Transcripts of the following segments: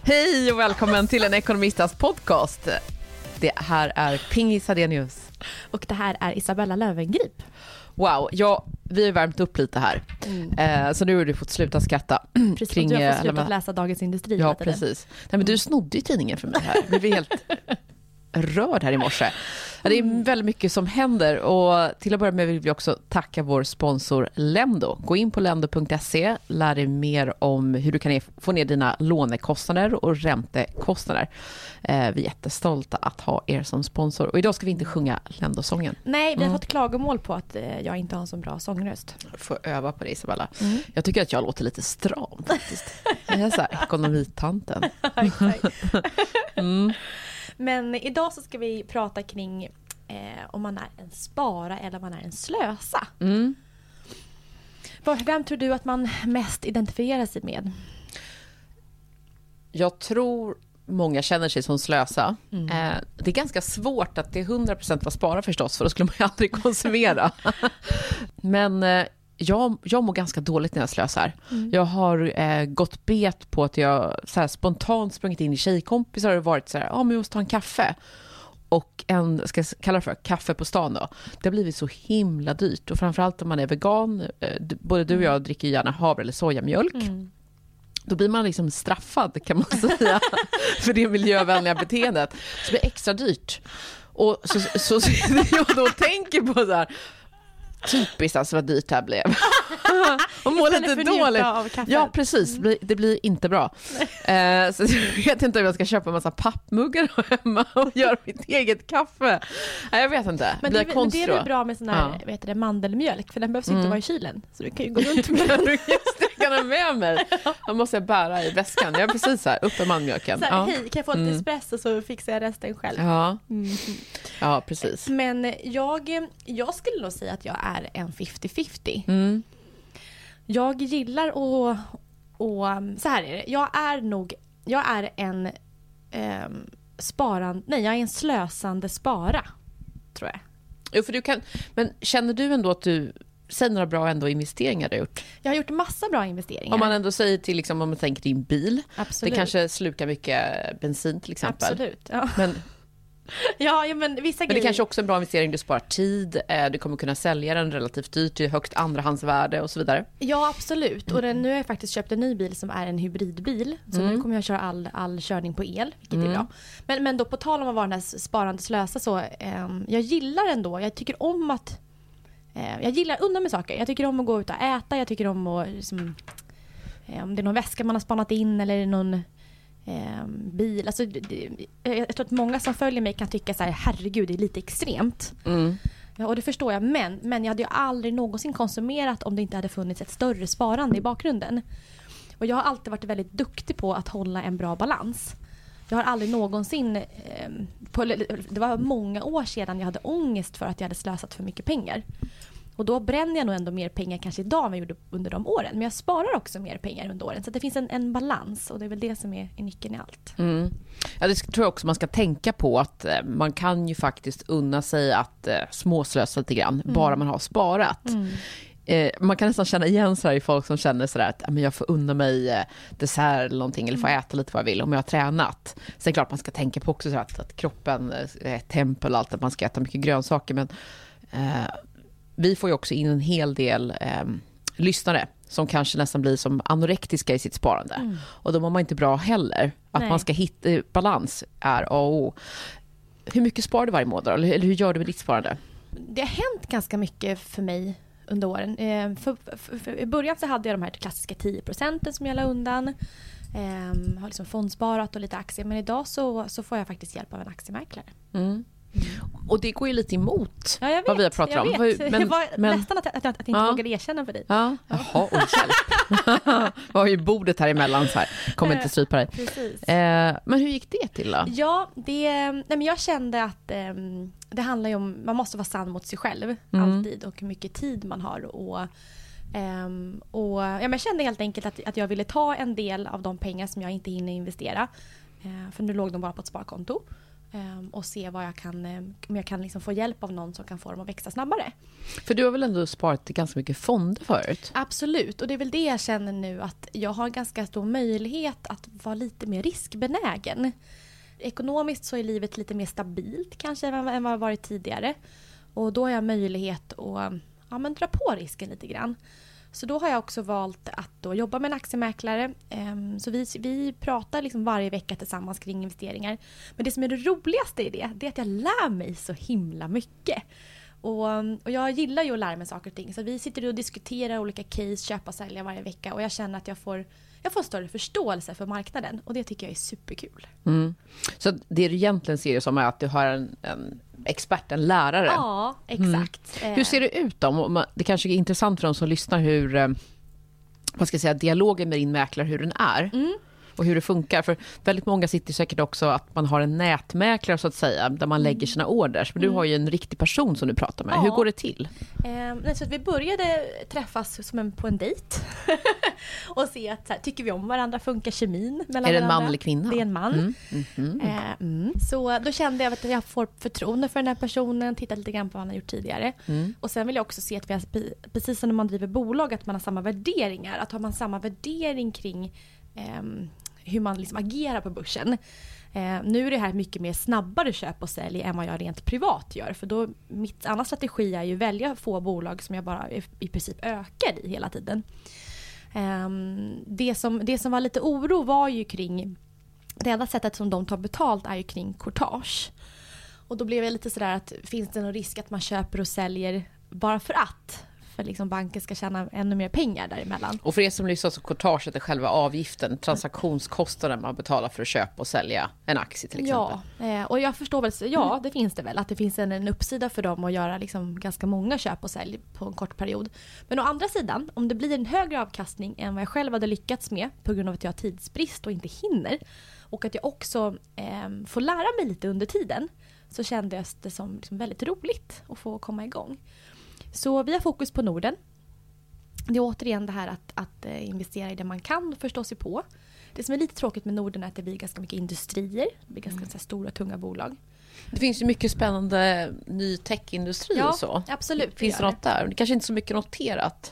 Hej och välkommen till en ekonomistas podcast. Det här är Pingis Hadenius. Och det här är Isabella Löwengrip. Wow, ja, vi har värmt upp lite här. Så nu har du fått sluta skratta. Precis, kring, du har fått sluta läsa Dagens Industri. Ja, precis. Nej, men du snodde ju tidningen för mig här. Vi blev helt rörd här i morse. Ja, det är väldigt mycket som händer och till att börja med vill vi också tacka vår sponsor Lendo. Gå in på lendo.se, lär dig mer om hur du kan få ner dina lånekostnader och räntekostnader. Vi är jättestolta att ha er som sponsor. Och idag ska vi inte sjunga Lendo-sången. Nej, vi har fått klagomål på att jag inte har en så bra sångröst. Jag får öva på det, Isabella. Jag tycker att jag låter lite stram faktiskt. Jag är så här ekonomitanten. Men idag så ska vi prata kring om man är en spara eller om man är en slösa. Vem tror du att man mest identifierar sig med? Jag tror många känner sig som slösa. Det är ganska svårt att det är 100% vara spara förstås, för då skulle man ju aldrig konsumera. Men jag mår ganska dåligt när jag slösar. Jag har gått bet på att jag så här, spontant sprungit in i tjejkompisar och varit så här, men jag måste ta en kaffe. Och ska jag kalla det för kaffe på stan då. Det har blivit så himla dyrt. Och framförallt om man är vegan, både du och jag dricker gärna havre eller sojamjölk. Då blir man liksom straffad, kan man säga, för det miljövänliga beteendet. Så det blir extra dyrt. Och så jag då tänker på så här, typiskt alltså vad dyrt det här blev. Och mår lite dåligt. Ja, precis. Det blir inte bra. Så jag vet inte om jag ska köpa en massa pappmuggar hemma och göra mitt eget kaffe. Nej, jag vet inte. Men det är väl bra med sån här mandelmjölk, för den behövs inte vara i kylen. Så du kan ju gå runt med den. Jag kan ha med mig. Jag måste bära i väskan. Jag är precis så här, uppe med mandelmjölken. Hej, kan jag få lite espresso så fixar jag resten själv. Ja, precis. Men jag skulle nog säga att jag är en 50-50. Jag gillar och så här är det. Jag är en jag är en slösande spara, tror jag. Jo, för men känner du ändå att du säger några bra investeringar du har gjort? Jag har gjort massa bra investeringar. Om man ändå säger till, liksom, om man tänker din bil. Absolut. Det kanske slukar mycket bensin till exempel. Absolut, ja. Men men vissa men det kanske också är en bra investering, du sparar tid, du kommer kunna sälja den relativt dyrt till högt andrahandsvärde och så vidare. Ja, absolut. Och nu har jag faktiskt köpt en ny bil som är en hybridbil. Så nu kommer jag köra all körning på el, vilket är bra. Men då på tal om att vara den här sparande slösa så, jag gillar ändå, jag tycker om att jag gillar undan med saker. Jag tycker om att gå ut och äta, jag tycker om att liksom, om det är någon väska man har spanat in eller någon bil. Alltså, jag tror att många som följer mig kan tycka så här, herregud, det är lite extremt. Ja, och det förstår jag, men jag hade ju aldrig någonsin konsumerat om det inte hade funnits ett större sparande i bakgrunden. Och jag har alltid varit väldigt duktig på att hålla en bra balans. Jag har aldrig någonsin det var många år sedan jag hade ångest för att jag hade slösat för mycket pengar. Och då bränner jag nog ändå mer pengar kanske idag än jag gjorde under de åren. Men jag sparar också mer pengar under åren. Så det finns en balans, och det är väl det som är nyckeln i allt. Ja, det tror jag också man ska tänka på, att man kan ju faktiskt unna sig att småslösa lite grann, bara man har sparat. Man kan nästan känna igen så här i folk som känner så där att men jag får unna mig dessert eller någonting, eller får äta lite vad jag vill om jag har tränat. Sen klart man ska tänka på också så att kroppen är ett tempel och allt, att man ska äta mycket grönsaker, men vi får ju också in en hel del lyssnare som kanske nästan blir som anorektiska i sitt sparande. Och då mår man inte bra heller. Att man ska hitta balans är A och O. Hur mycket sparar du varje månad? Eller hur gör du med ditt sparande? Det har hänt ganska mycket för mig under åren. För i början så hade jag de här klassiska 10% som jag la undan. Har liksom fondsparat och lite aktier. Men idag så får jag faktiskt hjälp av en aktiemäklare. Och det går ju lite emot vad vi har pratat om. Jag var nästan att inte vågade erkänna för dig. Jaha, och hjälp. Vi har ju bordet här emellan så här. Kommer inte strypa dig. Men hur gick det till då? Ja, men jag kände att det handlar ju om, man måste vara sann mot sig själv alltid, och hur mycket tid man har. Men jag kände helt enkelt att jag ville ta en del av de pengar som jag inte hinner investera. För nu låg de bara på ett sparkonto. och se vad om jag kan liksom få hjälp av någon som kan få dem att växa snabbare. För du har väl ändå sparat ganska mycket fonder förut? Absolut, och det är väl det jag känner nu, att jag har ganska stor möjlighet att vara lite mer riskbenägen. Ekonomiskt så är livet lite mer stabilt kanske än vad det har varit tidigare. Och då har jag möjlighet att dra på risken lite grann. Så då har jag också valt att då jobba med en aktiemäklare. Så vi pratar liksom varje vecka tillsammans kring investeringar. Men det som är det roligaste i det är att jag lär mig så himla mycket. Och jag gillar ju att lära mig saker och ting. Så vi sitter och diskuterar olika case, köpa och sälja varje vecka. Och jag känner att jag får större förståelse för marknaden. Och det tycker jag är superkul. Mm. Så det du egentligen ser det som är att du har en expert, en lärare. Ja, exakt. Hur ser det ut då? Det kanske är intressant för de som lyssnar hur, dialogen med din mäklare, hur den är. Och hur det funkar. För väldigt många sitter säkert också att man har en nätmäklare så att säga, där man lägger sina orders. För du har ju en riktig person som du pratar med. Ja. Hur går det till? Så att vi började träffas på en dejt. Och se att tycker vi om varandra, funkar kemin mellan varandra. Är det en man eller kvinna? Det är en man. Så då kände jag att jag får förtroende för den här personen, tittat lite grann på vad han har gjort tidigare. Och sen vill jag också se att vi har, precis som när man driver bolag, att man har samma värderingar. Att har man samma värdering kring hur man liksom agerar på börsen. Nu är det här mycket mer snabbare köp och sälj än vad jag rent privat gör. För då, mitt andra strategi är ju att välja få bolag som jag bara i princip ökar i hela tiden. Det som var lite oro var ju kring, det enda sättet som de tar betalt är ju kring courtage. Och då blev jag lite sådär att finns det någon risk att man köper och säljer bara för att? För liksom banken ska tjäna ännu mer pengar däremellan. Och för er som lyssnar så courtaget är själva avgiften, transaktionskostnaden man betalar för att köpa och sälja en aktie till exempel. Ja, och jag förstår väl, det finns det väl. Att det finns en uppsida för dem att göra liksom ganska många köp och sälj på en kort period. Men å andra sidan, om det blir en högre avkastning än vad jag själv hade lyckats med på grund av att jag har tidsbrist och inte hinner, och att jag också får lära mig lite under tiden, så kände jag det som liksom väldigt roligt att få komma igång. Så vi har fokus på Norden. Det är återigen det här att investera i det man kan och förstå sig på. Det som är lite tråkigt med Norden är att det blir ganska mycket industrier. Det blir ganska så stora, tunga bolag. Det finns ju mycket spännande ny techindustri och så. Absolut. Finns det något där? Det kanske inte är så mycket noterat.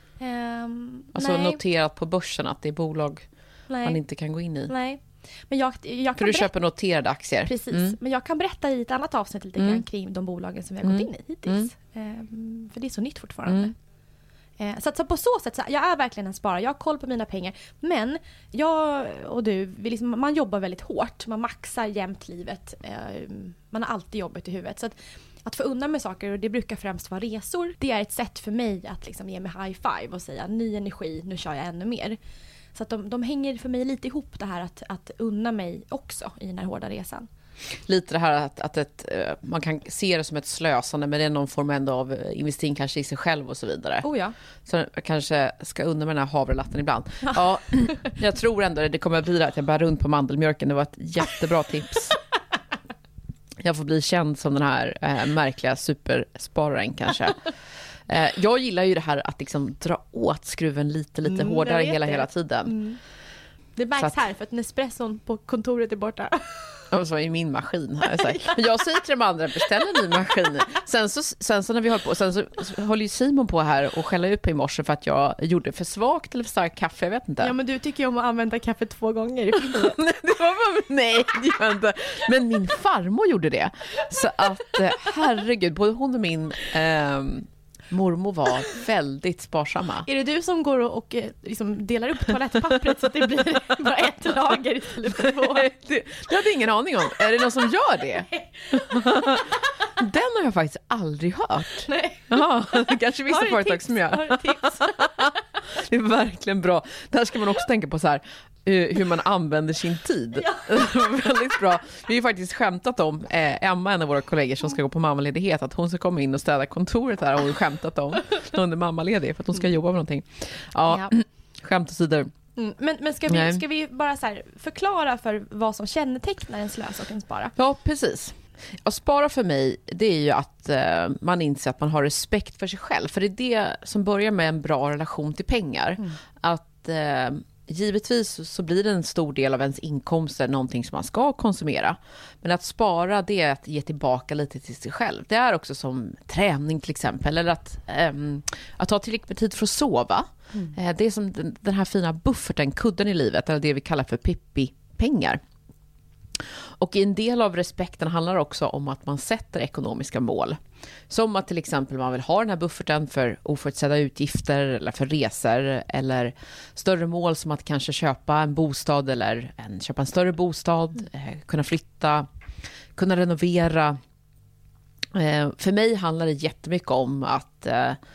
Noterat på börsen att det är bolag man inte kan gå in i. Nej. Men jag för du köper noterade aktier. Precis, men jag kan berätta i ett annat avsnitt lite grann kring de bolagen som vi har gått in i hittills. För det är så nytt fortfarande. Så på så sätt, jag är verkligen en sparare. Jag har koll på mina pengar. Men jag och du, man jobbar väldigt hårt. Man maxar jämt livet. Man har alltid jobbet i huvudet. Så att få undan med saker, och det brukar främst vara resor. Det är ett sätt för mig att liksom ge mig high five och säga ny energi, nu kör jag ännu mer. Så att de hänger för mig lite ihop, det här att unna mig också i den här hårda resan. Lite det här att man kan se det som ett slösande, men det är någon form ändå av investering kanske i sig själv och så vidare. Oh ja. Så jag kanske ska unna med den här havrelatten ibland. Ja, jag tror ändå det kommer att bli det att jag bär runt på mandelmjölken. Det var ett jättebra tips. Jag får bli känd som den här märkliga superspararen kanske. Jag gillar ju det här att liksom dra åt skruven lite hårdare hela tiden. Det märks här för att Nespresson på kontoret är borta. Och så är min maskin här. Jag säger till de andra, beställ en ny maskin. Sen så när vi håller på, sen så håller ju Simon på här och skäller ut på i morse för att jag gjorde för svagt eller för starkt kaffe, jag vet inte. Ja, men du tycker ju om att använda kaffe 2 gånger. Nej, det gör jag inte. Men min farmor gjorde det. Så att, herregud, både hon och min mormor var väldigt sparsamma. Är det du som går och liksom delar upp toalettpappret så att det blir bara ett lager istället för 2? Det hade ingen aning om. Är det någon som gör det? Den har jag faktiskt aldrig hört. Nej. Jaha, det kanske vissa företag som gör. Det är verkligen bra. Där ska man också tänka på så här, hur man använder sin tid. Ja. Väldigt bra. Vi har ju faktiskt skämtat om Emma, en av våra kollegor som ska gå på mammaledighet, att hon ska komma in och städa kontoret här, och hon har skämtat om under mammaledig för att hon ska jobba med någonting. Ja. Skämt åsido. Men ska vi bara så här förklara för vad som kännetecknar en slösa och en spara? Ja, precis. Att spara för mig, det är ju att man inser att man har respekt för sig själv. För det är det som börjar med en bra relation till pengar. Att givetvis så blir det en stor del av ens inkomster någonting som man ska konsumera. Men att spara, det är att ge tillbaka lite till sig själv. Det är också som träning till exempel. Eller att ta tillräckligt med tid för att sova. Det är som den här fina bufferten, kudden i livet. Eller det vi kallar för pippi-pengar. Och en del av respekten handlar också om att man sätter ekonomiska mål. Som att till exempel man vill ha den här bufferten för oförutsedda utgifter eller för resor. Eller större mål som att kanske köpa en bostad eller köpa en större bostad. Kunna flytta, kunna renovera. För mig handlar det jättemycket om att...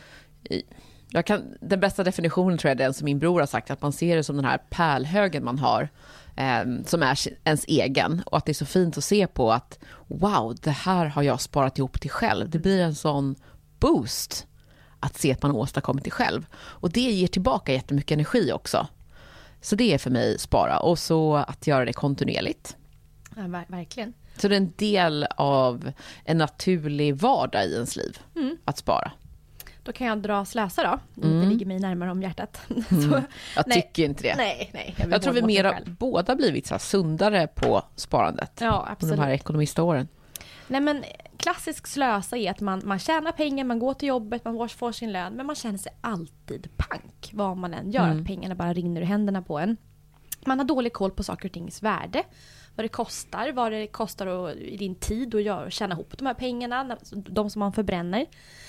den bästa definitionen tror jag är den som min bror har sagt. Att man ser det som den här pärlhögen man har. Som är ens egen, och att det är så fint att se på att wow, det här har jag sparat ihop till själv. Det blir en sån boost att se att man har åstadkommit det själv, och det ger tillbaka jättemycket energi också. Så det är för mig spara, och så att göra det kontinuerligt. Ja, verkligen. Så det är en del av en naturlig vardag i ens liv att spara. Då kan jag dra slösa då. Det ligger mig närmare om hjärtat. Så, jag tycker inte det. Nej. Jag tror vi båda blivit så här sundare på sparandet. Ja, absolut. De här ekonomiståren. Nej, men klassisk slösa är att man tjänar pengar, man går till jobbet, man får sin lön, men man känner sig alltid pank vad man än gör. Att pengarna bara rinner ur händerna på en. Man har dålig koll på saker och tings värde. Vad det kostar i din tid att tjäna ihop de här pengarna, de som man förbränner.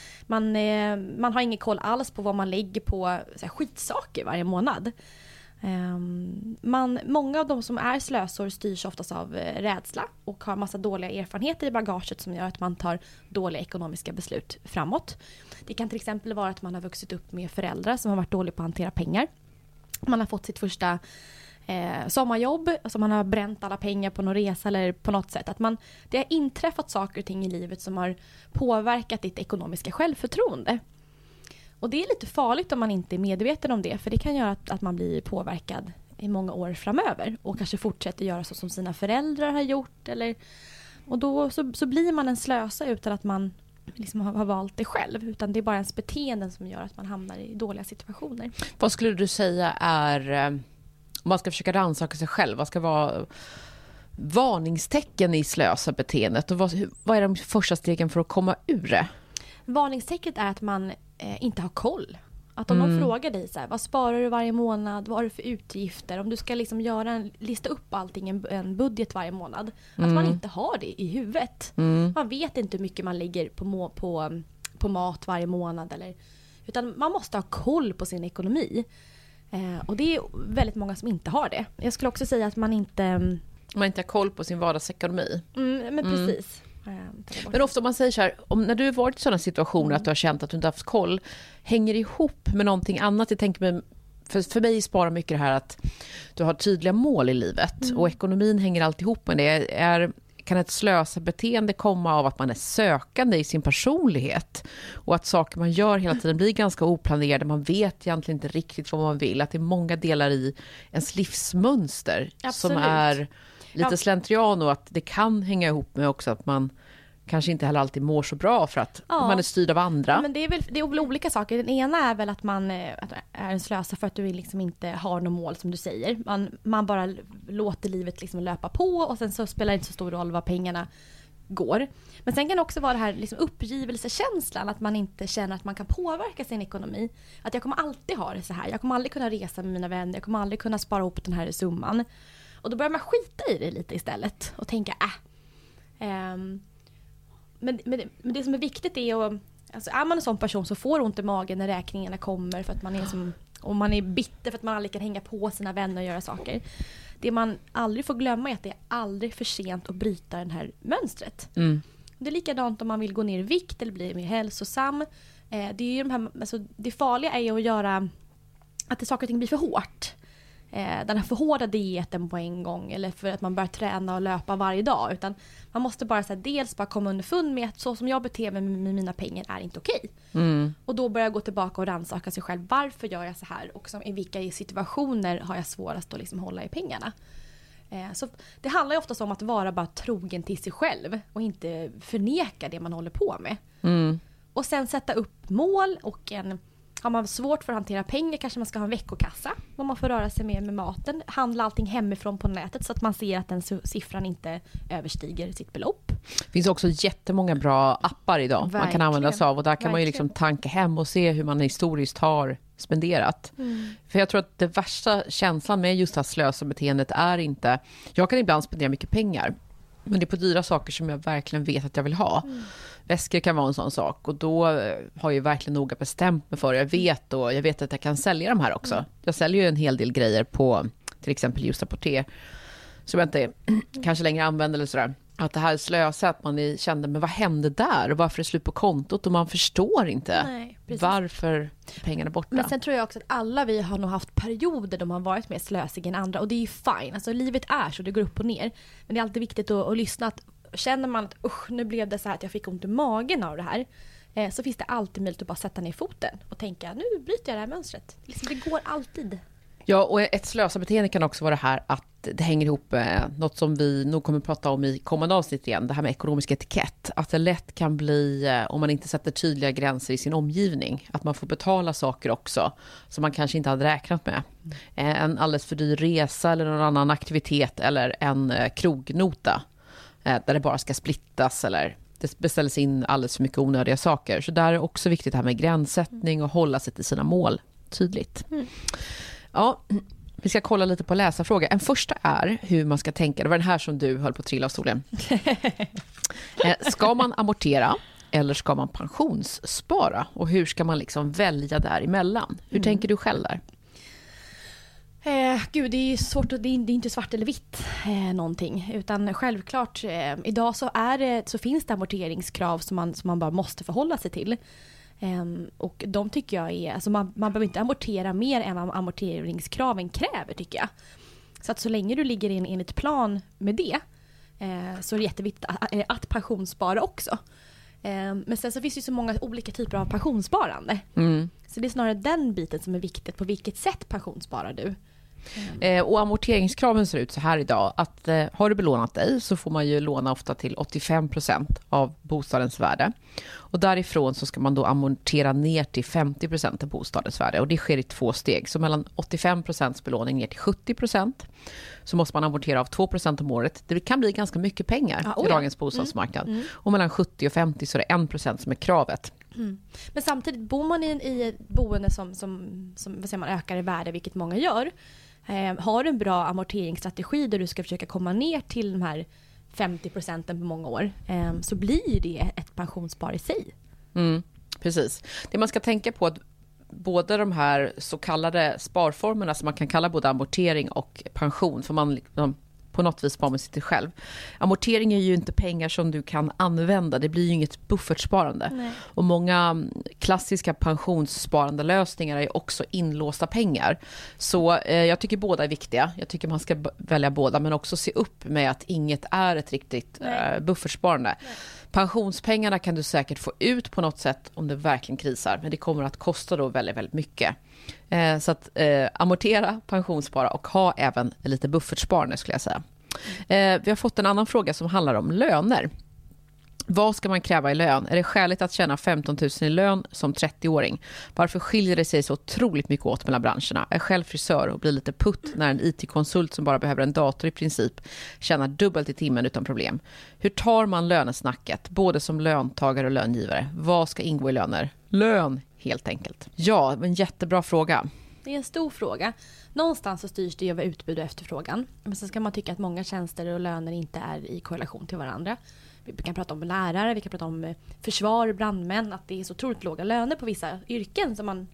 Man har ingen koll alls på vad man lägger på så här, skitsaker varje månad. Många av de som är slösor styrs oftast av rädsla och har massa dåliga erfarenheter i bagaget som gör att man tar dåliga ekonomiska beslut framåt. Det kan till exempel vara att man har vuxit upp med föräldrar som har varit dåliga på att hantera pengar. Man har fått sitt första sommarjobb, alltså man har bränt alla pengar på någon resa eller på något sätt. Det har inträffat saker och ting i livet som har påverkat ditt ekonomiska självförtroende. Och det är lite farligt om man inte är medveten om det, för det kan göra att man blir påverkad i många år framöver och kanske fortsätter göra så som sina föräldrar har gjort. Och då så blir man en slösa utan att man liksom har valt det själv, utan det är bara ens beteenden som gör att man hamnar i dåliga situationer. Vad skulle du säga är... Om man ska försöka rannsaka sig själv, vad ska vara varningstecken i slösa beteendet? Och vad är de första stegen för att komma ur det? Varningstecknet är att man inte har koll. Att om någon frågar dig så här, vad sparar du varje månad? Vad har du för utgifter? Om du ska liksom lista upp allting, en budget varje månad. Att man inte har det i huvudet. Man vet inte hur mycket man lägger på mat varje månad. Utan man måste ha koll på sin ekonomi. Och det är väldigt många som inte har det. Jag skulle också säga att man inte har koll på sin vardagsekonomi. Men precis. Men ofta man säger så här, när du har varit i sådana situationer att du har känt att du inte haft koll, hänger det ihop med någonting annat? Jag tänker mig, för mig sparar mycket det här att du har tydliga mål i livet och ekonomin hänger alltid ihop med det. Kan ett slösabeteende komma av att man är sökande i sin personlighet och att saker man gör hela tiden blir ganska oplanerade, man vet egentligen inte riktigt vad man vill, att det är många delar i ens livsmönster som är lite slentrian, och att det kan hänga ihop med också att man kanske inte heller alltid mår så bra för att man är styrd av andra. Ja, men det är olika saker. Den ena är väl att man är en slösa för att du liksom inte har något mål, som du säger. Man bara låter livet liksom löpa på, och sen så spelar det inte så stor roll vad pengarna går. Men sen kan det också vara det här liksom uppgivelsekänslan, att man inte känner att man kan påverka sin ekonomi. Att jag kommer alltid ha det så här. Jag kommer aldrig kunna resa med mina vänner. Jag kommer aldrig kunna spara ihop den här summan. Och då börjar man skita i det lite istället och tänka Men det som är viktigt är att, alltså är man en sån person så får ont i magen när räkningarna kommer, för att man är och man är bitter för att man aldrig kan hänga på sina vänner och göra saker. Det man aldrig får glömma är att det är aldrig för sent att bryta det här mönstret. Det är likadant om man vill gå ner i vikt eller bli mer hälsosam. Det är ju det farliga är ju att göra att saker och ting blir för hårt. Den här för hårda dieten på en gång, eller för att man börjar träna och löpa varje dag, utan man måste bara dels bara komma underfund med att så som jag beter mig med mina pengar är inte okej. Och då börjar jag gå tillbaka och rannsaka sig själv. Varför gör jag så här, och i vilka situationer har jag svårast att liksom hålla i pengarna? Så det handlar ju ofta om att vara bara trogen till sig själv och inte förneka det man håller på med. Och sen sätta upp mål och Har man svårt för att hantera pengar kanske man ska ha en veckokassa. Om man får röra sig med maten. Handla allting hemifrån på nätet så att man ser att den siffran inte överstiger sitt belopp. Det finns också jättemånga bra appar idag man kan använda sig av. Och där kan man ju liksom tanka hem och se hur man historiskt har spenderat. För jag tror att det värsta känslan med just det här slösa-beteendet är inte... Jag kan ibland spendera mycket pengar. Men det är på dyra saker som jag verkligen vet att jag vill ha. Väskor kan vara en sån sak. Och då har jag verkligen noga bestämt mig för det. Jag vet att jag kan sälja de här också. Jag säljer ju en hel del grejer på till exempel just Apoteket. Som jag inte kanske längre använder eller sådär. Att det här slösa, att man kände, men vad hände där? Och varför är det slut på kontot? Och man förstår inte varför pengarna är borta. Men sen tror jag också att alla vi har nog haft perioder då man varit mer slösig än andra. Och det är ju fine. Alltså livet är så, det går upp och ner. Men det är alltid viktigt att lyssna. Att känner man att nu blev det så här att jag fick ont i magen av det här. Så finns det alltid möjlighet att bara sätta ner foten. Och tänka, nu bryter jag det här mönstret. Det går alltid. Ja, och ett slösa-beteende kan också vara det här att det hänger ihop med något som vi nog kommer att prata om i kommande avsnitt igen. Det här med ekonomisk etikett. Att det lätt kan bli, om man inte sätter tydliga gränser i sin omgivning, att man får betala saker också som man kanske inte hade räknat med. En alldeles för dyr resa eller någon annan aktivitet eller en krognota där det bara ska splittas eller det beställs in alldeles för mycket onödiga saker. Så där är också viktigt det här med gränssättning och hålla sig till sina mål tydligt. Ja, vi ska kolla lite på läsarfråga. En första är hur man ska tänka. Det var den här som du höll på att trilla av stolen. Ska man amortera eller ska man pensionsspara? Och hur ska man liksom välja däremellan? Hur tänker du själv där? Gud, det är svårt. Det är inte svart eller vitt någonting. Utan självklart, idag så finns det amorteringskrav som man bara måste förhålla sig till. Och de tycker jag är, alltså man behöver inte amortera mer än vad amorteringskraven kräver, tycker jag. Så att så länge du ligger enligt plan med det så är det jätteviktigt att pensionsspara också. Men sen så finns det ju så många olika typer av pensionssparande. Så det är snarare den biten som är viktigt. På vilket sätt pensionssparar du? Och amorteringskraven ser ut så här idag att har du belånat dig så får man ju låna ofta till 85% av bostadens värde. Och därifrån så ska man då amortera ner till 50% av bostadens värde. Och det sker i 2 steg. Så mellan 85% belåning ner till 70% så måste man amortera av 2% om året. Det kan bli ganska mycket pengar i dagens bostadsmarknad. Och mellan 70 och 50 så är det 1% som är kravet. Men samtidigt bor man i ett boende som vad säger man, ökar i värde, vilket många gör. Har du en bra amorteringsstrategi där du ska försöka komma ner till de här 50% på många år, så blir det ett pensionsspar i sig. Precis. Det man ska tänka på att både de här så kallade sparformerna som man kan kalla både amortering och pension, för man liksom på något vis spar med sig själv. Amortering är ju inte pengar som du kan använda. Det blir ju inget buffertsparande. Nej. Och många klassiska pensionssparande lösningar är också inlåsta pengar. Så jag tycker båda är viktiga. Jag tycker man ska välja båda, men också se upp med att inget är ett riktigt buffertsparande. Nej. Pensionspengarna kan du säkert få ut på något sätt om det verkligen krisar, men det kommer att kosta då väldigt, väldigt mycket. Så att amortera, pensionsspara och ha även lite buffertsparande skulle jag säga. Vi har fått en annan fråga som handlar om löner. Vad ska man kräva i lön? Är det skäligt att tjäna 15 000 i lön som 30-åring? Varför skiljer det sig så otroligt mycket åt mellan branscherna? Jag är själv frisör och blir lite putt när en IT-konsult som bara behöver en dator i princip tjänar dubbelt i timmen utan problem. Hur tar man lönesnacket, både som löntagare och löngivare? Vad ska ingå i löner? Lön, helt enkelt. Ja, en jättebra fråga. Det är en stor fråga. Någonstans så styrs det över utbud och efterfrågan. Men sen ska man tycka att många tjänster och löner inte är i korrelation till varandra. Vi kan prata om lärare, vi kan prata om försvar, brandmän. Att det är så otroligt låga löner på vissa yrken som man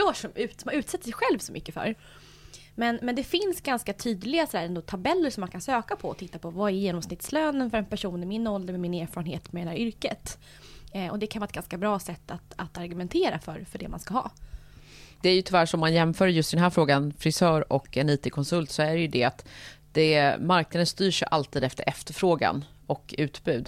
har utsett sig själv så mycket för. Men det finns ganska tydliga tabeller som man kan söka på och titta på. Vad är genomsnittslönen för en person i min ålder med min erfarenhet med det här yrket? Och det kan vara ett ganska bra sätt att argumentera för det man ska ha. Det är ju tyvärr som man jämför just den här frågan, frisör och en IT-konsult, så är det ju det att marknaden styrs alltid efter efterfrågan och utbud.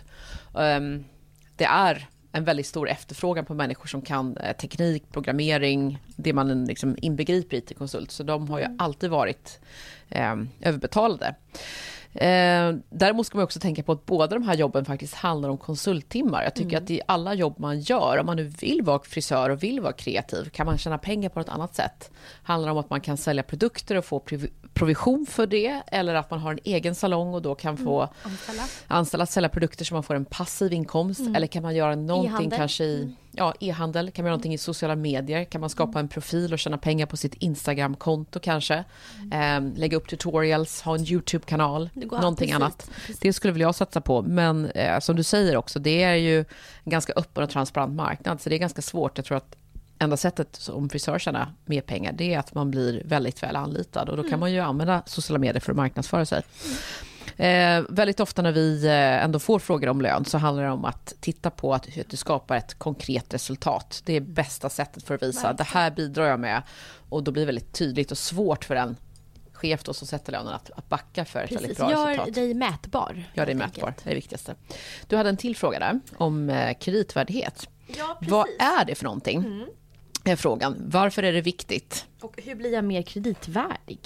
Det är en väldigt stor efterfrågan på människor som kan teknik, programmering, det man liksom inbegriper IT-konsult. Så de har ju alltid varit överbetalade. Däremot ska man också tänka på att båda de här jobben faktiskt handlar om konsulttimmar. Jag tycker att i alla jobb man gör, om man nu vill vara frisör och vill vara kreativ, kan man tjäna pengar på något annat sätt. Handlar om att man kan sälja produkter och få provision för det, eller att man har en egen salong och då kan få anställa sälja produkter så man får en passiv inkomst, eller kan man göra någonting e-handel. Kanske i e-handel, kan man göra någonting i sociala medier, kan man skapa en profil och tjäna pengar på sitt Instagram-konto kanske, lägga upp tutorials, ha en YouTube-kanal, någonting annat. Det skulle väl jag satsa på, men som du säger också, det är ju en ganska öppen och transparent marknad, så det är ganska svårt. Jag tror att enda sättet som frisör tjänar mer pengar, det är att man blir väldigt väl anlitad, och då kan man ju använda sociala medier för att marknadsföra sig. Väldigt ofta när vi ändå får frågor om lön så handlar det om att titta på att du skapar ett konkret resultat. Det är bästa sättet för att visa att det här bidrar jag med, och då blir det väldigt tydligt och svårt för en chef då som sätter lönen att backa för ett väldigt bra resultat. Gör dig mätbar. Gör dig mätbar, det är det viktigaste. Du hade en till fråga där om kreditvärdighet. Ja, precis. Vad är det för någonting? Är frågan. Varför är det viktigt? Och hur blir jag mer kreditvärdig?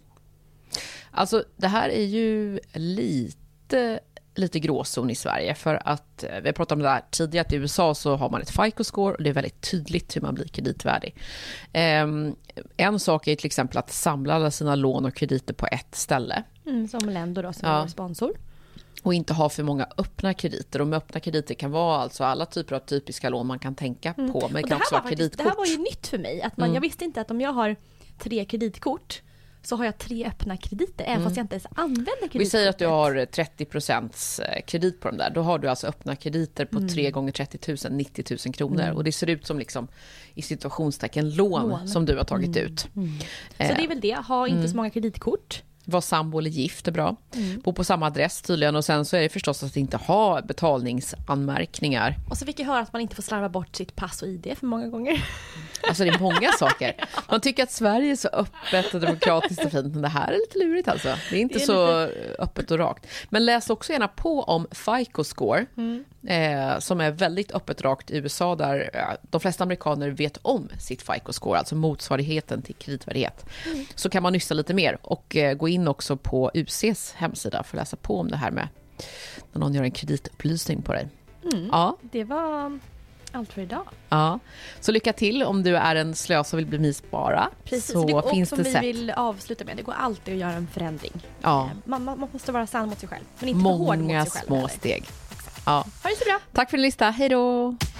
Alltså det här är ju lite gråzon i Sverige, för att vi har pratat om det här tidigare, att i USA så har man ett FICO-score och det är väldigt tydligt hur man blir kreditvärdig. En sak är till exempel att samla alla sina lån och krediter på ett ställe. Som Lendo då, som är sponsor. Och inte ha för många öppna krediter. Och med öppna krediter kan vara alltså alla typer av typiska lån man kan tänka på. Men det kan också vara kreditkort. Det här var ju nytt för mig. Att jag visste inte att om jag har 3 kreditkort så har jag 3 öppna krediter, även fast jag inte ens använder kreditkortet. Vi säger att du har 30% kredit på dem där. Då har du alltså öppna krediter på 3 gånger 30 000, 90 000 kronor. Och det ser ut som liksom i situationstecken lån som du har tagit ut. Så det är väl det, ha inte så många kreditkort. Var sambo eller gift är bra. Bo på samma adress tydligen. Och sen så är det förstås att inte ha betalningsanmärkningar. Och så fick jag höra att man inte får slarva bort sitt pass och ID för många gånger. Alltså det är många saker. Man tycker att Sverige är så öppet och demokratiskt och fint, men det här är lite lurigt alltså. Det är inte så öppet och rakt. Men läs också gärna på om FICO-score som är väldigt öppet och rakt i USA, där de flesta amerikaner vet om sitt FICO-score, alltså motsvarigheten till kreditvärdighet. Så kan man nyssa lite mer och gå in också på UCs hemsida för att läsa på om det här med när någon gör en kreditupplysning på dig. Det var allt för idag. Ja, så lycka till om du är en slös och vill bli mysbara. Precis, så det finns det vi sätt. Vill avsluta med. Det går alltid att göra en förändring. Ja. Man måste vara sann mot sig själv, men inte för hård mot sig själv. Många små steg. Ja. Ha det så bra. Tack för din lista. Hej då!